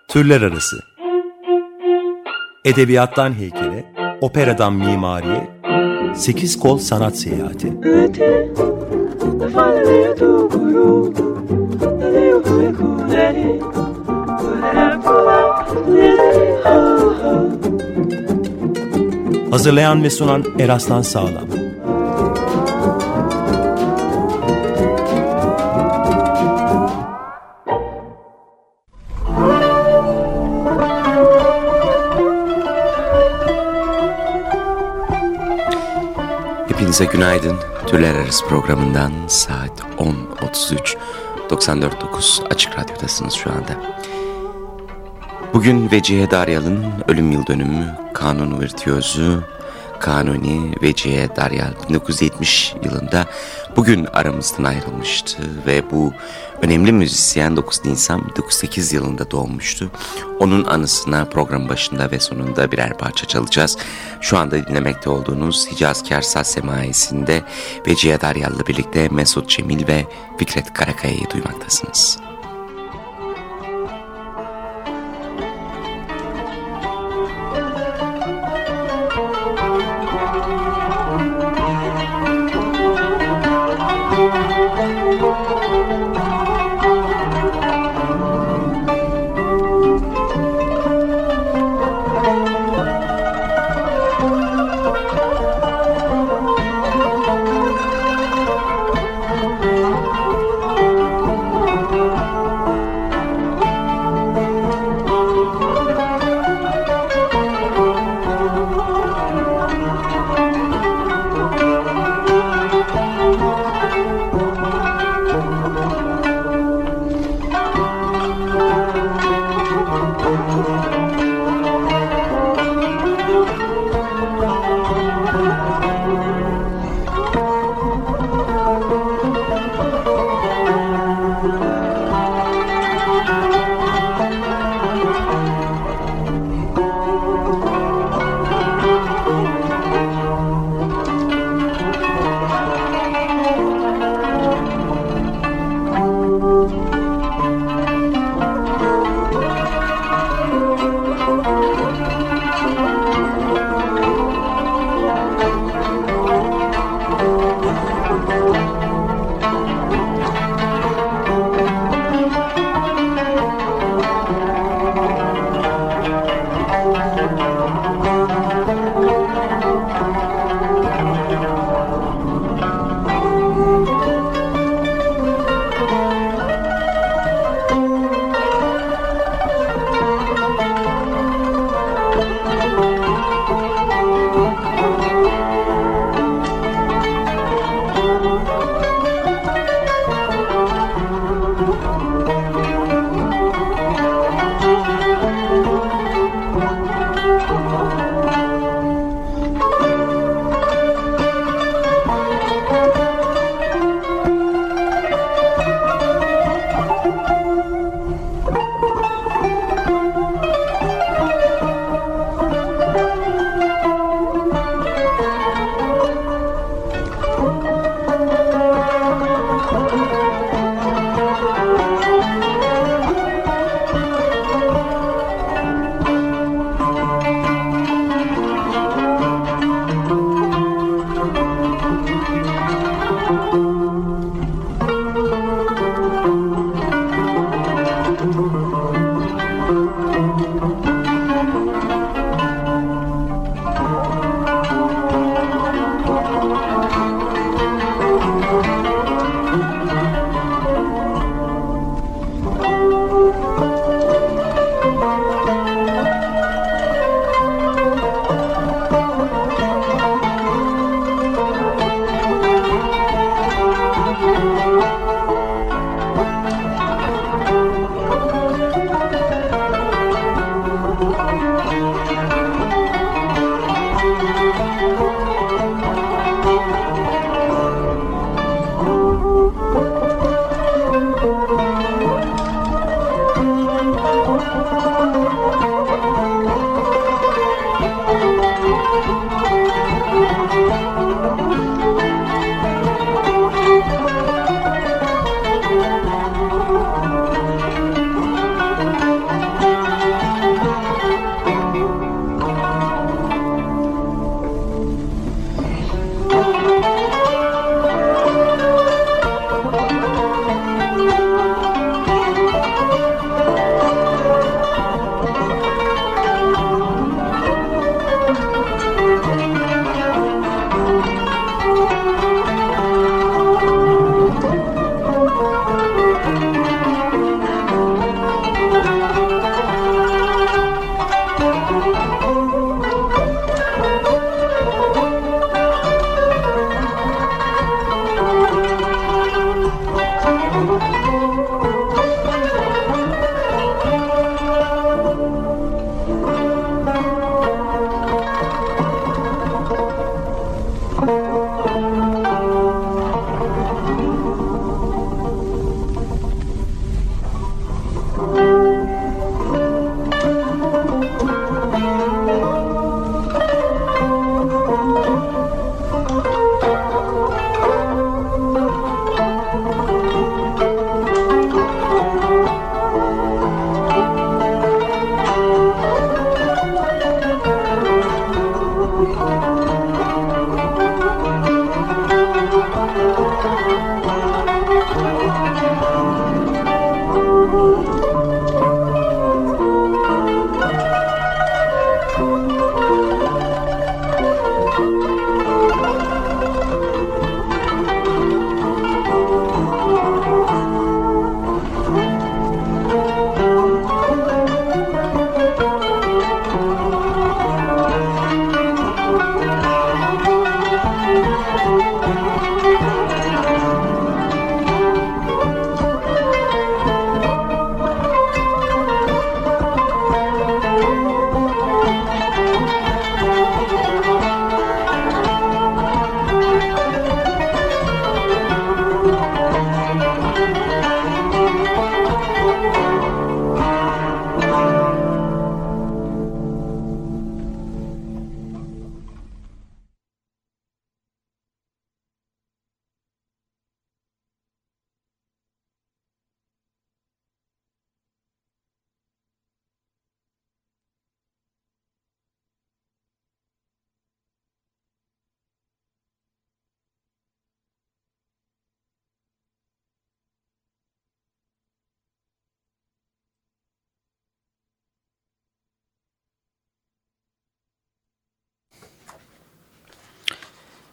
Türler arası. Edebiyattan heykele, operadan mimariye, 8 kol sanat seyahati. Hazırlayan ve sunan Eraslan Sağlam. Hepinize günaydın. Türler Arası programından saat 10.33 94.9 Açık Radyo'dasınız şu anda. Bugün Vecihe Daryal'ın ölüm yıl dönümü. Kanun virtüözü Kanuni Vecihe Daryal 1970 yılında bugün aramızdan ayrılmıştı ve bu önemli müzisyen 9 Nisan 1908 yılında doğmuştu. Onun anısına program başında ve sonunda birer parça çalacağız. Şu anda dinlemekte olduğunuz Hicazkar Saz Semaisi'nde Vecihe Daryal'la birlikte Mesut Cemil ve Fikret Karakaya'yı duymaktasınız.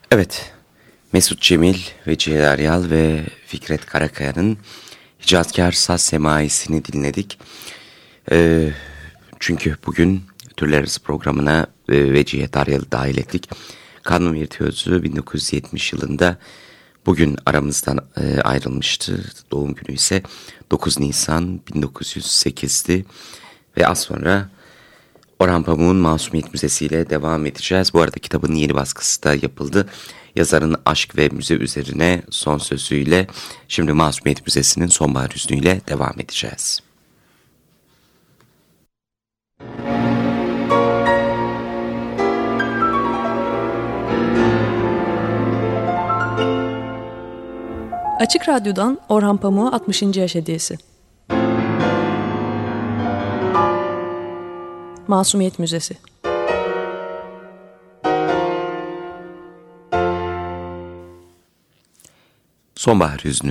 Evet, Mesut Cemil ve Cihe Daryal ve Fikret Karakaya'nın Hicazkar Saz Semaisini dinledik. Çünkü bugün Türler Arası programına ve Cihe Daryal'ı dahil ettik. Kanun Virtüözü 1970 yılında bugün aramızdan ayrılmıştı. Doğum günü ise 9 Nisan 1908'di. Ve az sonra Orhan Pamuk'un Masumiyet Müzesi ile devam edeceğiz. Bu arada kitabın yeni baskısı da yapıldı. Yazarın aşk ve müze üzerine son sözüyle şimdi Masumiyet Müzesi'nin sonbahar hüznüyle devam edeceğiz. Açık Radyo'dan Orhan Pamuk'a 60. yaş hediyesi. Masumiyet Müzesi. Sonbahar hüznü.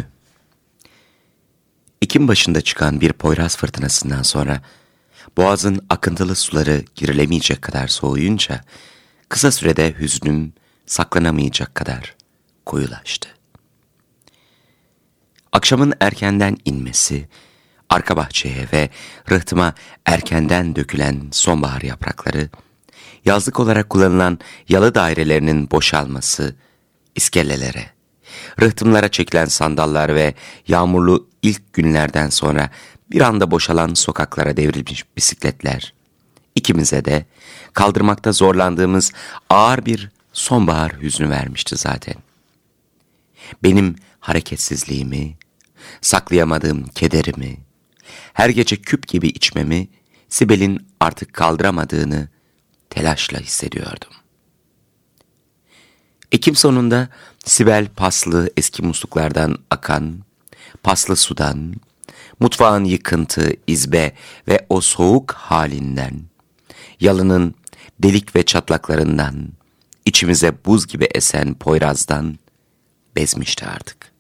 Ekim başında çıkan bir Poyraz fırtınasından sonra boğazın akıntılı suları girilemeyecek kadar soğuyunca kısa sürede hüznüm saklanamayacak kadar koyulaştı. Akşamın erkenden inmesi, arka bahçeye ve rıhtıma erkenden dökülen sonbahar yaprakları, yazlık olarak kullanılan yalı dairelerinin boşalması, iskelelere, rıhtımlara çekilen sandallar ve yağmurlu ilk günlerden sonra bir anda boşalan sokaklara devrilmiş bisikletler, ikimize de kaldırmakta zorlandığımız ağır bir sonbahar hüznü vermişti zaten. Benim hareketsizliğimi, saklayamadığım kederimi, her gece küp gibi içmemi Sibel'in artık kaldıramadığını telaşla hissediyordum. Ekim sonunda Sibel paslı eski musluklardan akan, paslı sudan, mutfağın yıkıntı, izbe ve o soğuk halinden, yalının delik ve çatlaklarından, içimize buz gibi esen Poyraz'dan bezmişti artık.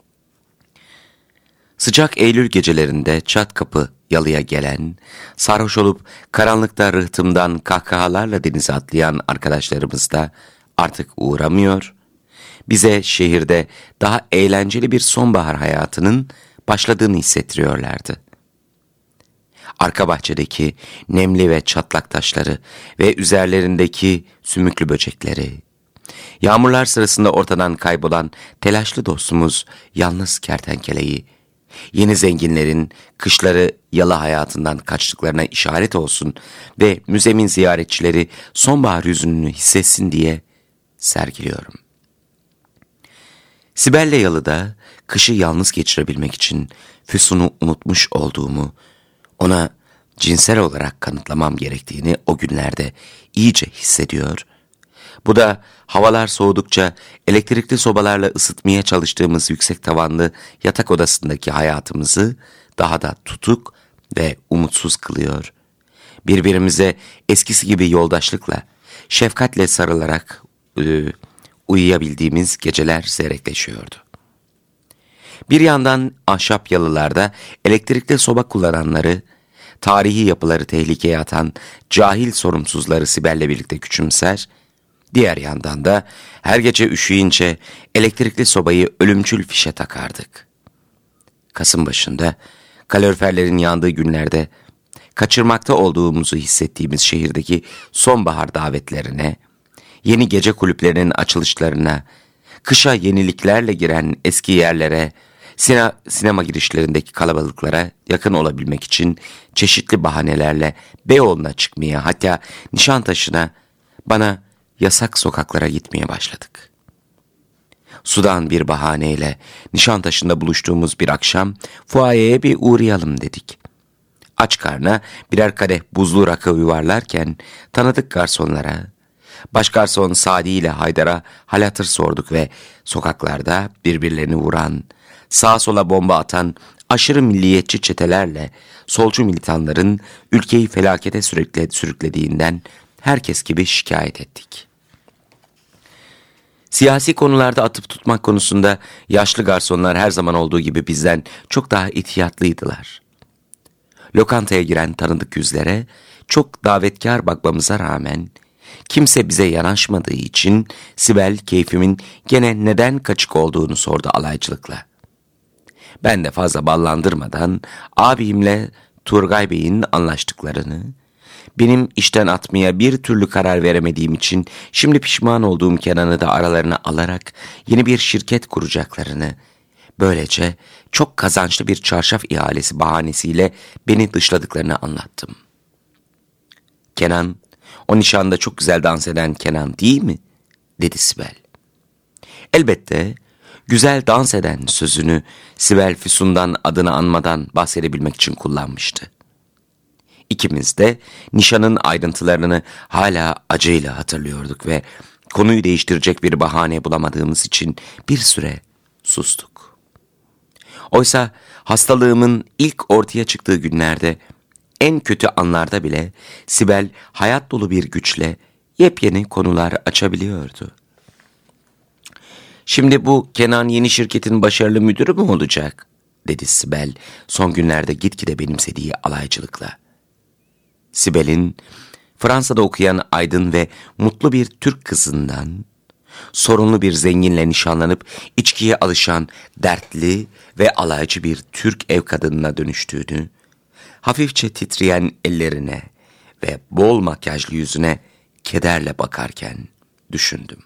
Sıcak Eylül gecelerinde çat kapı yalıya gelen, sarhoş olup karanlıkta rıhtımdan kahkahalarla denize atlayan arkadaşlarımız da artık uğramıyor, bize şehirde daha eğlenceli bir sonbahar hayatının başladığını hissettiriyorlardı. Arka bahçedeki nemli ve çatlak taşları ve üzerlerindeki sümüklü böcekleri, yağmurlar sırasında ortadan kaybolan telaşlı dostumuz yalnız kertenkeleyi, yeni zenginlerin kışları yalı hayatından kaçtıklarına işaret olsun ve müzemin ziyaretçileri sonbahar hüznünü hissetsin diye sergiliyorum. Sibel'le yalıda kışı yalnız geçirebilmek için Füsun'u unutmuş olduğumu, ona cinsel olarak kanıtlamam gerektiğini o günlerde iyice hissediyor. Bu da havalar soğudukça elektrikli sobalarla ısıtmaya çalıştığımız yüksek tavanlı yatak odasındaki hayatımızı daha da tutuk ve umutsuz kılıyor. Birbirimize eskisi gibi yoldaşlıkla, şefkatle sarılarak uyuyabildiğimiz geceler seyrekleşiyordu. Bir yandan ahşap yalılarda elektrikli soba kullananları, tarihi yapıları tehlikeye atan cahil sorumsuzları Sibel'le birlikte küçümser, diğer yandan da her gece üşüyünce elektrikli sobayı ölümcül fişe takardık. Kasım başında kaloriferlerin yandığı günlerde kaçırmakta olduğumuzu hissettiğimiz şehirdeki sonbahar davetlerine, yeni gece kulüplerinin açılışlarına, kışa yeniliklerle giren eski yerlere, sinema girişlerindeki kalabalıklara yakın olabilmek için çeşitli bahanelerle Beyoğlu'na çıkmaya, hatta Nişantaşı'na, bana yasak sokaklara gitmeye başladık. Sudan bir bahaneyle Nişantaşı'nda buluştuğumuz bir akşam fuayeye bir uğrayalım dedik. Aç karnına birer kadeh buzlu rakı yuvarlarken tanıdık garsonlara, baş garson Sadi ile Haydar'a hal hatır sorduk ve sokaklarda birbirlerini vuran, sağa sola bomba atan aşırı milliyetçi çetelerle solcu militanların ülkeyi felakete sürüklediğinden herkes gibi şikayet ettik. Siyasi konularda atıp tutmak konusunda yaşlı garsonlar her zaman olduğu gibi bizden çok daha ihtiyatlıydılar. Lokantaya giren tanıdık yüzlere çok davetkar bakmamıza rağmen Kimse bize yanaşmadığı için Sibel keyfimin gene neden kaçık olduğunu sordu alaycılıkla. Ben de fazla ballandırmadan abimle Turgay Bey'in anlaştıklarını, benim işten atmaya bir türlü karar veremediğim için şimdi pişman olduğum Kenan'ı da aralarına alarak yeni bir şirket kuracaklarını, böylece çok kazançlı bir çarşaf ihalesi bahanesiyle beni dışladıklarını anlattım. Kenan, o nişanda çok güzel dans eden Kenan değil mi? Dedi Sibel. Elbette güzel dans eden sözünü Sibel Füsun'dan adını anmadan bahsedebilmek için kullanmıştı. İkimiz de nişanın ayrıntılarını hala acıyla hatırlıyorduk ve konuyu değiştirecek bir bahane bulamadığımız için bir süre sustuk. Oysa hastalığımın ilk ortaya çıktığı günlerde, en kötü anlarda bile Sibel hayat dolu bir güçle yepyeni konular açabiliyordu. Şimdi bu Kenan yeni şirketin başarılı müdürü mü olacak? Dedi Sibel son günlerde gitgide benimsediği alaycılıkla. Sibel'in Fransa'da okuyan aydın ve mutlu bir Türk kızından, sorunlu bir zenginle nişanlanıp içkiye alışan dertli ve alaycı bir Türk ev kadınına dönüştüğünü, hafifçe titreyen ellerine ve bol makyajlı yüzüne kederle bakarken düşündüm.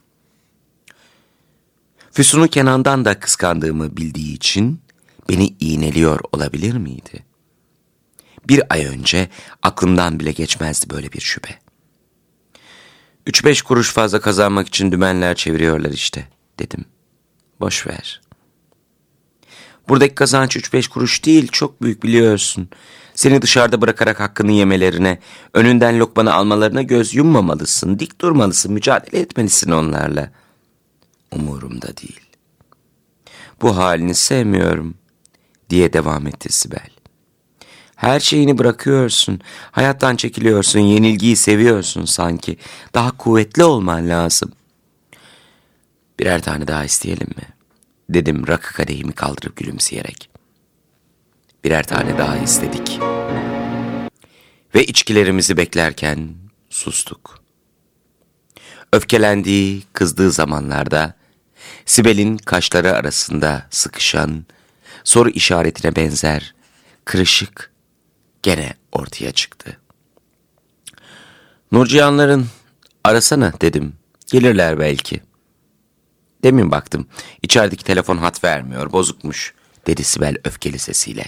Füsun'u Kenan'dan da kıskandığımı bildiği için beni iğneliyor olabilir miydi? Bir ay önce aklımdan bile geçmezdi böyle bir şüphe. 3-5 kuruş fazla kazanmak için dümenler çeviriyorlar işte, dedim. Boş ver. Buradaki kazanç 3-5 kuruş değil, çok büyük biliyorsun. Seni dışarıda bırakarak hakkını yemelerine, önünden lokmanı almalarına göz yummamalısın, dik durmalısın, mücadele etmelisin onlarla. Umurumda değil. Bu halini sevmiyorum, diye devam etti Sibel. Her şeyini bırakıyorsun, hayattan çekiliyorsun, yenilgiyi seviyorsun sanki. Daha kuvvetli olman lazım. Birer tane daha isteyelim mi? Dedim rakı kadehimi kaldırıp gülümseyerek. Birer tane daha istedik. Ve içkilerimizi beklerken sustuk. Öfkelendiği, kızdığı zamanlarda Sibel'in kaşları arasında sıkışan, soru işaretine benzer, kırışık gene ortaya çıktı. Nurcihanların arasana dedim. Gelirler belki. Demin baktım. İçerideki telefon hat vermiyor. Bozukmuş, dedi Sibel öfkeli sesiyle.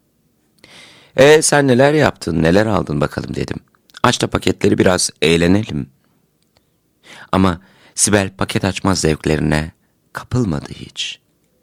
Sen neler yaptın, neler aldın bakalım dedim. Aç da paketleri biraz eğlenelim. Ama Sibel paket açma zevklerine kapılmadı hiç.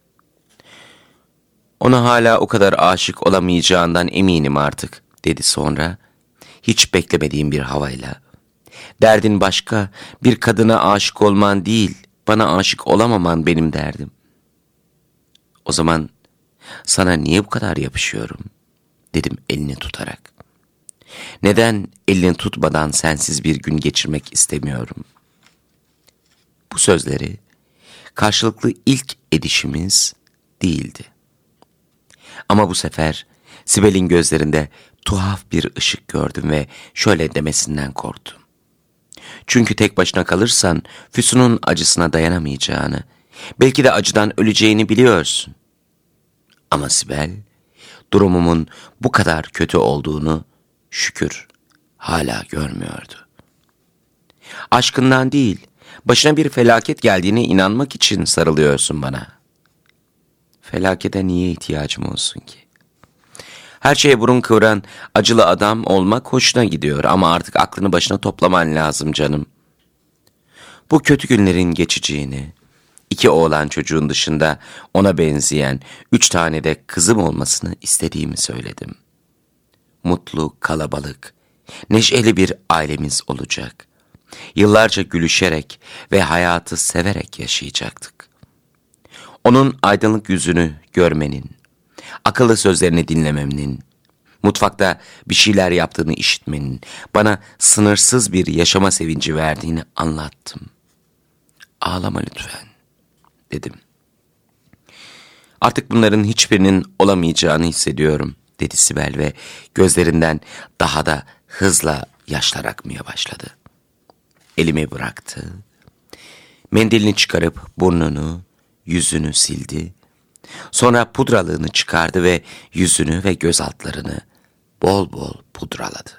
Ona hala o kadar aşık olamayacağından eminim artık, dedi sonra hiç beklemediğim bir havayla. Derdin başka, bir kadına aşık olman değil, bana aşık olamaman benim derdim. O zaman sana niye bu kadar yapışıyorum, dedim elini tutarak. Neden elini tutmadan sensiz bir gün geçirmek istemiyorum? Bu sözleri karşılıklı ilk edişimiz değildi. Ama bu sefer Sibel'in gözlerinde tuhaf bir ışık gördüm ve şöyle demesinden korktum. Çünkü tek başına kalırsan Füsun'un acısına dayanamayacağını, belki de acıdan öleceğini biliyorsun. Ama Sibel, durumumun bu kadar kötü olduğunu şükür hala görmüyordu. Aşkından değil, başına bir felaket geldiğine inanmak için sarılıyorsun bana. Felakete niye ihtiyacım olsun ki? Her şeye burun kıvıran acılı adam olmak hoşuna gidiyor ama artık aklını başına toplaman lazım canım. Bu kötü günlerin geçeceğini, 2 oğlan çocuğun dışında ona benzeyen 3 tane de kızım olmasını istediğimi söyledim. Mutlu, kalabalık, neşeli bir ailemiz olacak. Yıllarca gülüşerek ve hayatı severek yaşayacaktık. Onun aydınlık yüzünü görmenin, akıllı sözlerini dinlemenin, mutfakta bir şeyler yaptığını işitmenin bana sınırsız bir yaşama sevinci verdiğini anlattım. Ağlama lütfen, dedim. Artık bunların hiçbirinin olamayacağını hissediyorum, dedi Sibel ve gözlerinden daha da hızla yaşlar akmaya başladı. elimi bıraktı. Mendilini çıkarıp burnunu, yüzünü sildi. Sonra pudralığını çıkardı ve yüzünü ve göz altlarını bol bol pudraladı.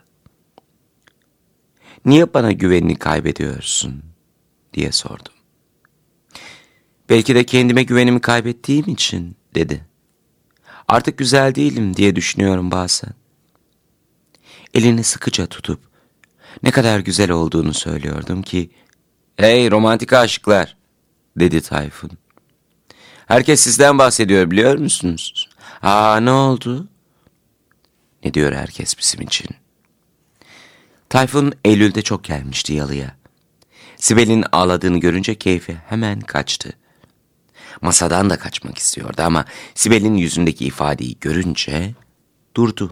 "Niye bana güvenini kaybediyorsun?" diye sordum. "Belki de kendime güvenimi kaybettiğim için," dedi. "Artık güzel değilim diye düşünüyorum bazen." Elini sıkıca tutup ne kadar güzel olduğunu söylüyordum ki, "Hey romantik aşıklar," dedi Tayfun. "Herkes sizden bahsediyor, biliyor musunuz?" Ne oldu?" "Ne diyor herkes bizim için?" Tayfun Eylül'de çok gelmişti yalıya. Sibel'in ağladığını görünce keyfi hemen kaçtı. Masadan da kaçmak istiyordu ama Sibel'in yüzündeki ifadeyi görünce durdu.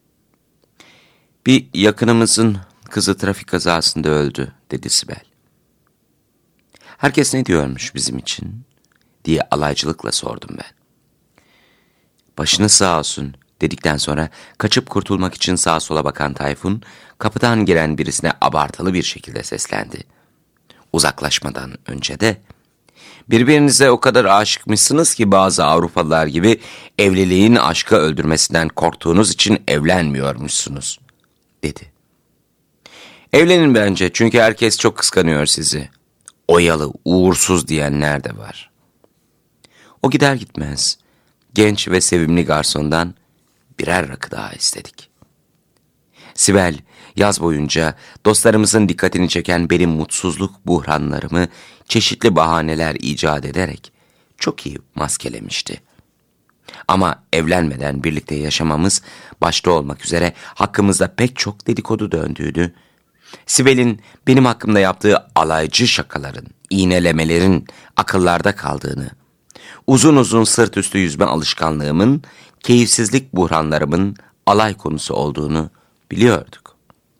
"Bir yakınımızın kızı trafik kazasında öldü," dedi Sibel. "Herkes ne diyormuş bizim için?" diye alaycılıkla sordum ben. "Başınız sağ olsun," dedikten sonra kaçıp kurtulmak için sağa sola bakan Tayfun, kapıdan giren birisine abartılı bir şekilde seslendi. Uzaklaşmadan önce de, "Birbirinize o kadar aşıkmışsınız ki bazı Avrupalılar gibi evliliğin aşkı öldürmesinden korktuğunuz için evlenmiyormuşsunuz," dedi. "Evlenin bence, çünkü herkes çok kıskanıyor sizi. Oyalı, uğursuz diyenler de var." O gider gitmez genç ve sevimli garsondan birer rakı daha istedik. Sibel yaz boyunca dostlarımızın dikkatini çeken benim mutsuzluk buhranlarımı çeşitli bahaneler icat ederek çok iyi maskelemişti. Ama evlenmeden birlikte yaşamamız başta olmak üzere hakkımızda pek çok dedikodu döndüğünü, Sibel'in benim hakkımda yaptığı alaycı şakaların, iğnelemelerin akıllarda kaldığını, uzun uzun sırt üstü yüzme alışkanlığımın, keyifsizlik buhranlarımın alay konusu olduğunu biliyorduk.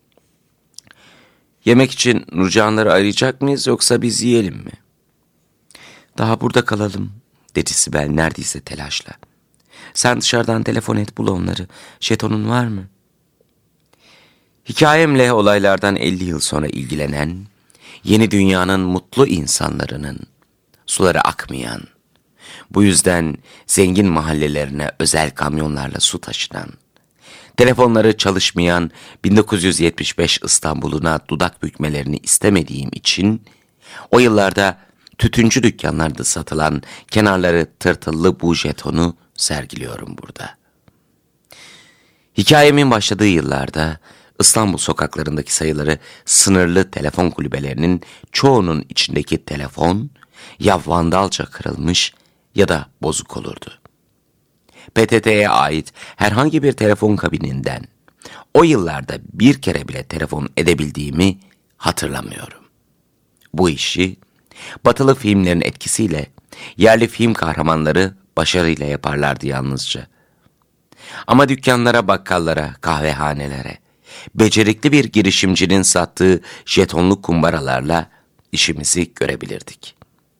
"Yemek için Nurcanları arayacak mıyız, yoksa biz yiyelim mi?" "Daha burada kalalım," dedi Sibel neredeyse telaşla. "Sen dışarıdan telefon et, bul onları. Jetonun var mı?" Hikayemle olaylardan 50 yıl sonra ilgilenen, yeni dünyanın mutlu insanlarının, suları akmayan, bu yüzden zengin mahallelerine özel kamyonlarla su taşınan, telefonları çalışmayan 1975 İstanbul'una dudak bükmelerini istemediğim için, o yıllarda tütüncü dükkanlarda satılan kenarları tırtıllı bu jetonu sergiliyorum burada. Hikayemin başladığı yıllarda İstanbul sokaklarındaki sayıları sınırlı telefon kulübelerinin çoğunun içindeki telefon ya vandalca kırılmış ya da bozuk olurdu. PTT'ye ait herhangi bir telefon kabininden o yıllarda bir kere bile telefon edebildiğimi hatırlamıyorum. Bu işi batılı filmlerin etkisiyle yerli film kahramanları başarıyla yaparlardı yalnızca. Ama dükkanlara, bakkallara, kahvehanelere, becerikli bir girişimcinin sattığı jetonlu kumbaralarla işimizi görebilirdik.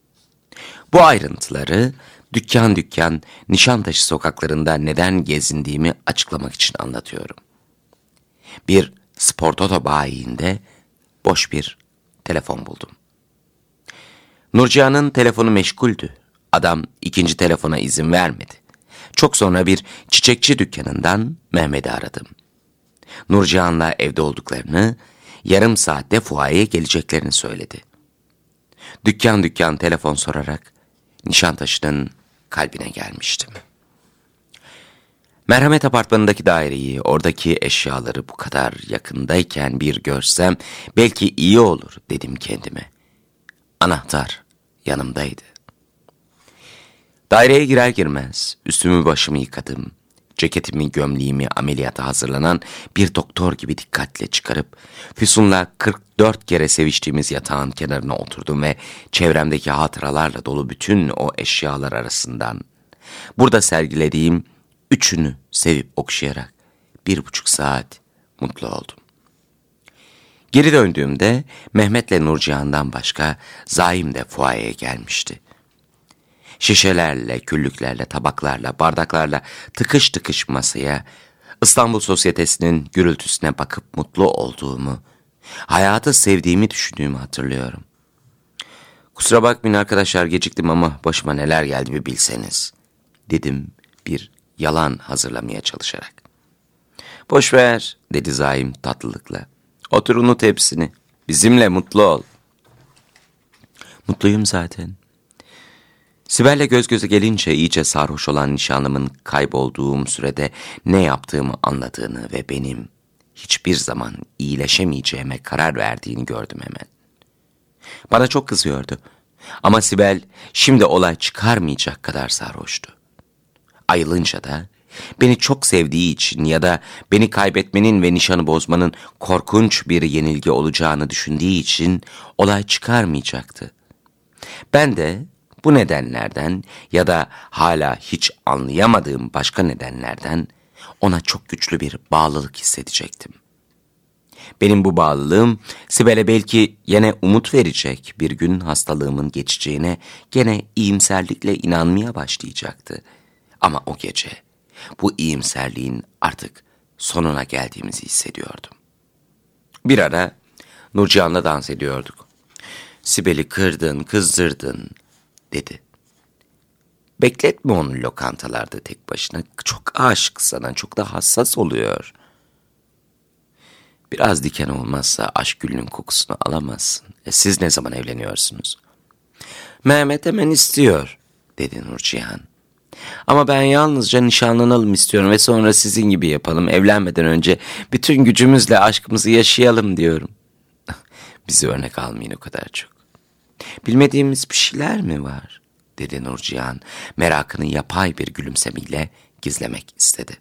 Bu ayrıntıları dükkan dükkan Nişantaşı sokaklarında neden gezindiğimi açıklamak için anlatıyorum. Bir spor toto bayiinde boş bir telefon buldum. Nurcihan'ın telefonu meşguldü. Adam ikinci telefona izin vermedi. Çok sonra bir çiçekçi dükkanından Mehmet'i aradım. Nurcihan'la evde olduklarını, yarım saatte fuayeye geleceklerini söyledi. Dükkan dükkan telefon sorarak Nişantaşı'nın kalbine gelmiştim. Merhamet Apartmanı'ndaki daireyi, oradaki eşyaları bu kadar yakındayken bir görsem belki iyi olur dedim kendime. Anahtar yanımdaydı. Daireye girer girmez üstümü başımı yıkadım. Ceketimi, gömleğimi ameliyata hazırlanan bir doktor gibi dikkatle çıkarıp Füsun'la 44 kere seviştiğimiz yatağın kenarına oturdum ve çevremdeki hatıralarla dolu bütün o eşyalar arasından burada sergilediğim üçünü sevip okşayarak 1,5 saat mutlu oldum. Geri döndüğümde Mehmet'le Nurcihan'dan başka Zaim de fuayeye gelmişti. Şişelerle, küllüklerle, tabaklarla, bardaklarla tıkış tıkış masaya, İstanbul sosyetesinin gürültüsüne bakıp mutlu olduğumu Hayatı sevdiğimi düşündüğümü hatırlıyorum. "Kusura bakmayın arkadaşlar, geciktim ama başıma neler geldi bir bilseniz," dedim bir yalan hazırlamaya çalışarak. "Boş ver," dedi Zaim tatlılıkla. "Otur, unut hepsini. Bizimle mutlu ol." "Mutluyum zaten." Sibel'le göz göze gelince iyice sarhoş olan nişanlımın kaybolduğum sürede ne yaptığımı anladığını ve benim hiçbir zaman iyileşemeyeceğime karar verdiğini gördüm hemen. Bana çok kızıyordu ama Sibel şimdi olay çıkarmayacak kadar sarhoştu. Ayılınca da beni çok sevdiği için ya da beni kaybetmenin ve nişanı bozmanın korkunç bir yenilgi olacağını düşündüğü için olay çıkarmayacaktı. Ben de bu nedenlerden ya da hala hiç anlayamadığım başka nedenlerden ona çok güçlü bir bağlılık hissedecektim. Benim bu bağlılığım Sibel'e belki yine umut verecek, bir gün hastalığımın geçeceğine gene iyimserlikle inanmaya başlayacaktı. Ama o gece bu iyimserliğin artık sonuna geldiğimizi hissediyordum. Bir ara Nurcihan'la dans ediyorduk. "Sibel'i kırdın, kızdırdın," dedi. "Bekletme onu lokantalarda tek başına. Çok aşık sana, çok da hassas oluyor. Biraz diken olmazsa aşk gülünün kokusunu alamazsın. Siz ne zaman evleniyorsunuz?" "Mehmet hemen istiyor," dedi Nurcihan. "Ama ben yalnızca nişanlanalım istiyorum ve sonra sizin gibi yapalım. Evlenmeden önce bütün gücümüzle aşkımızı yaşayalım diyorum." "Bizi örnek almayın o kadar çok." "Bilmediğimiz bir şeyler mi var?" dedi Nurcihan, merakını yapay bir gülümsemeyle gizlemek istedi.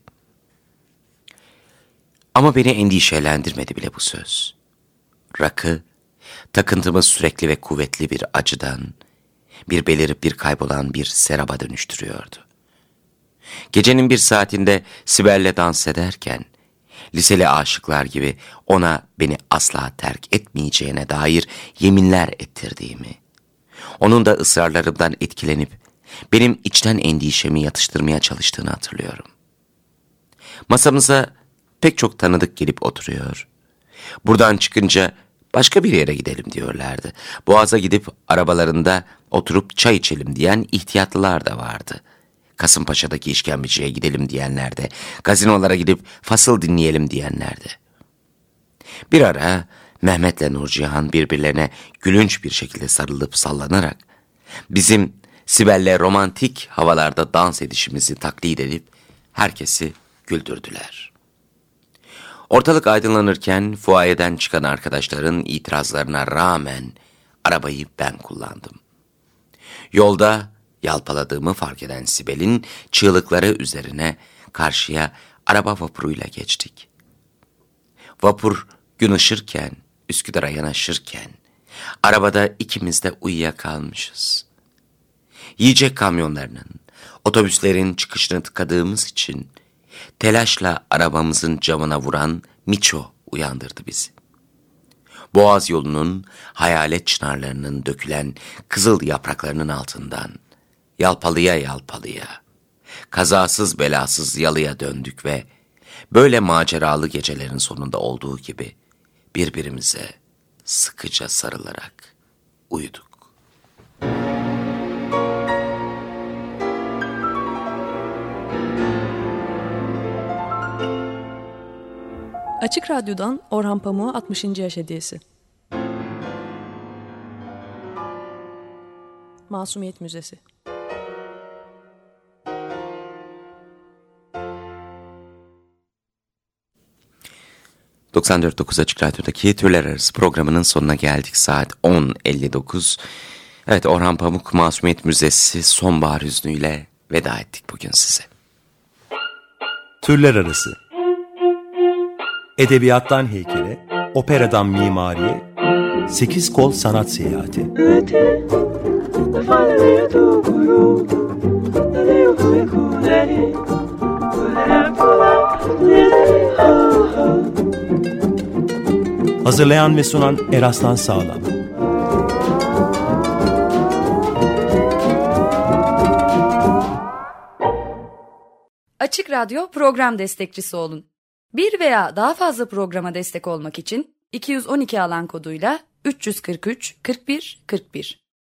Ama beni endişelendirmedi bile bu söz. Rakı, takıntımı sürekli ve kuvvetli bir acıdan, bir belirip bir kaybolan bir seraba dönüştürüyordu. Gecenin bir saatinde Sibel'le dans ederken, liseli aşıklar gibi ona beni asla terk etmeyeceğine dair yeminler ettirdiğimi, onun da ısrarlarımdan etkilenip benim içten endişemi yatıştırmaya çalıştığını hatırlıyorum. Masamıza pek çok tanıdık gelip oturuyor. Buradan çıkınca başka bir yere gidelim diyorlardı. Boğaz'a gidip arabalarında oturup çay içelim diyen ihtiyatlılar da vardı. Kasımpaşa'daki işkembeciye gidelim diyenler de, gazinolara gidip fasıl dinleyelim diyenler de. Bir ara Mehmet'le Nurcihan birbirlerine gülünç bir şekilde sarılıp sallanarak bizim Sibel'le romantik havalarda dans edişimizi taklit edip herkesi güldürdüler. Ortalık aydınlanırken fuayeden çıkan arkadaşların itirazlarına rağmen arabayı ben kullandım. Yolda yalpaladığımı fark eden Sibel'in çığlıkları üzerine karşıya araba vapuruyla geçtik. Vapur gün ışırken, Üsküdar'a yanaşırken arabada ikimiz de uyuyakalmışız. Yiyecek kamyonlarının, otobüslerin çıkışını tıkadığımız için telaşla arabamızın camına vuran Miço uyandırdı bizi. Boğaz yolunun hayalet çınarlarının dökülen kızıl yapraklarının altından yalpalıya yalpalıya, kazasız belasız yalıya döndük ve böyle maceralı gecelerin sonunda olduğu gibi birbirimize sıkıca sarılarak uyuduk. Açık Radyo'dan Orhan Pamuk'a 60. Yaş Hediyesi. Masumiyet Müzesi. ...94.9 Açık Radyo'daki Türler Arası programının sonuna geldik. Saat 10.59. Evet, Orhan Pamuk Masumiyet Müzesi sonbahar hüznüyle veda ettik bugün size. Türler Arası. Edebiyattan heykele, operadan mimariye, 8 kol sanat seyahati. Hazırlayan ve sunan Eraslan Sağlam. Açık Radyo program destekçisi olun. Bir veya daha fazla programa destek olmak için 212 alan koduyla 343 41 41.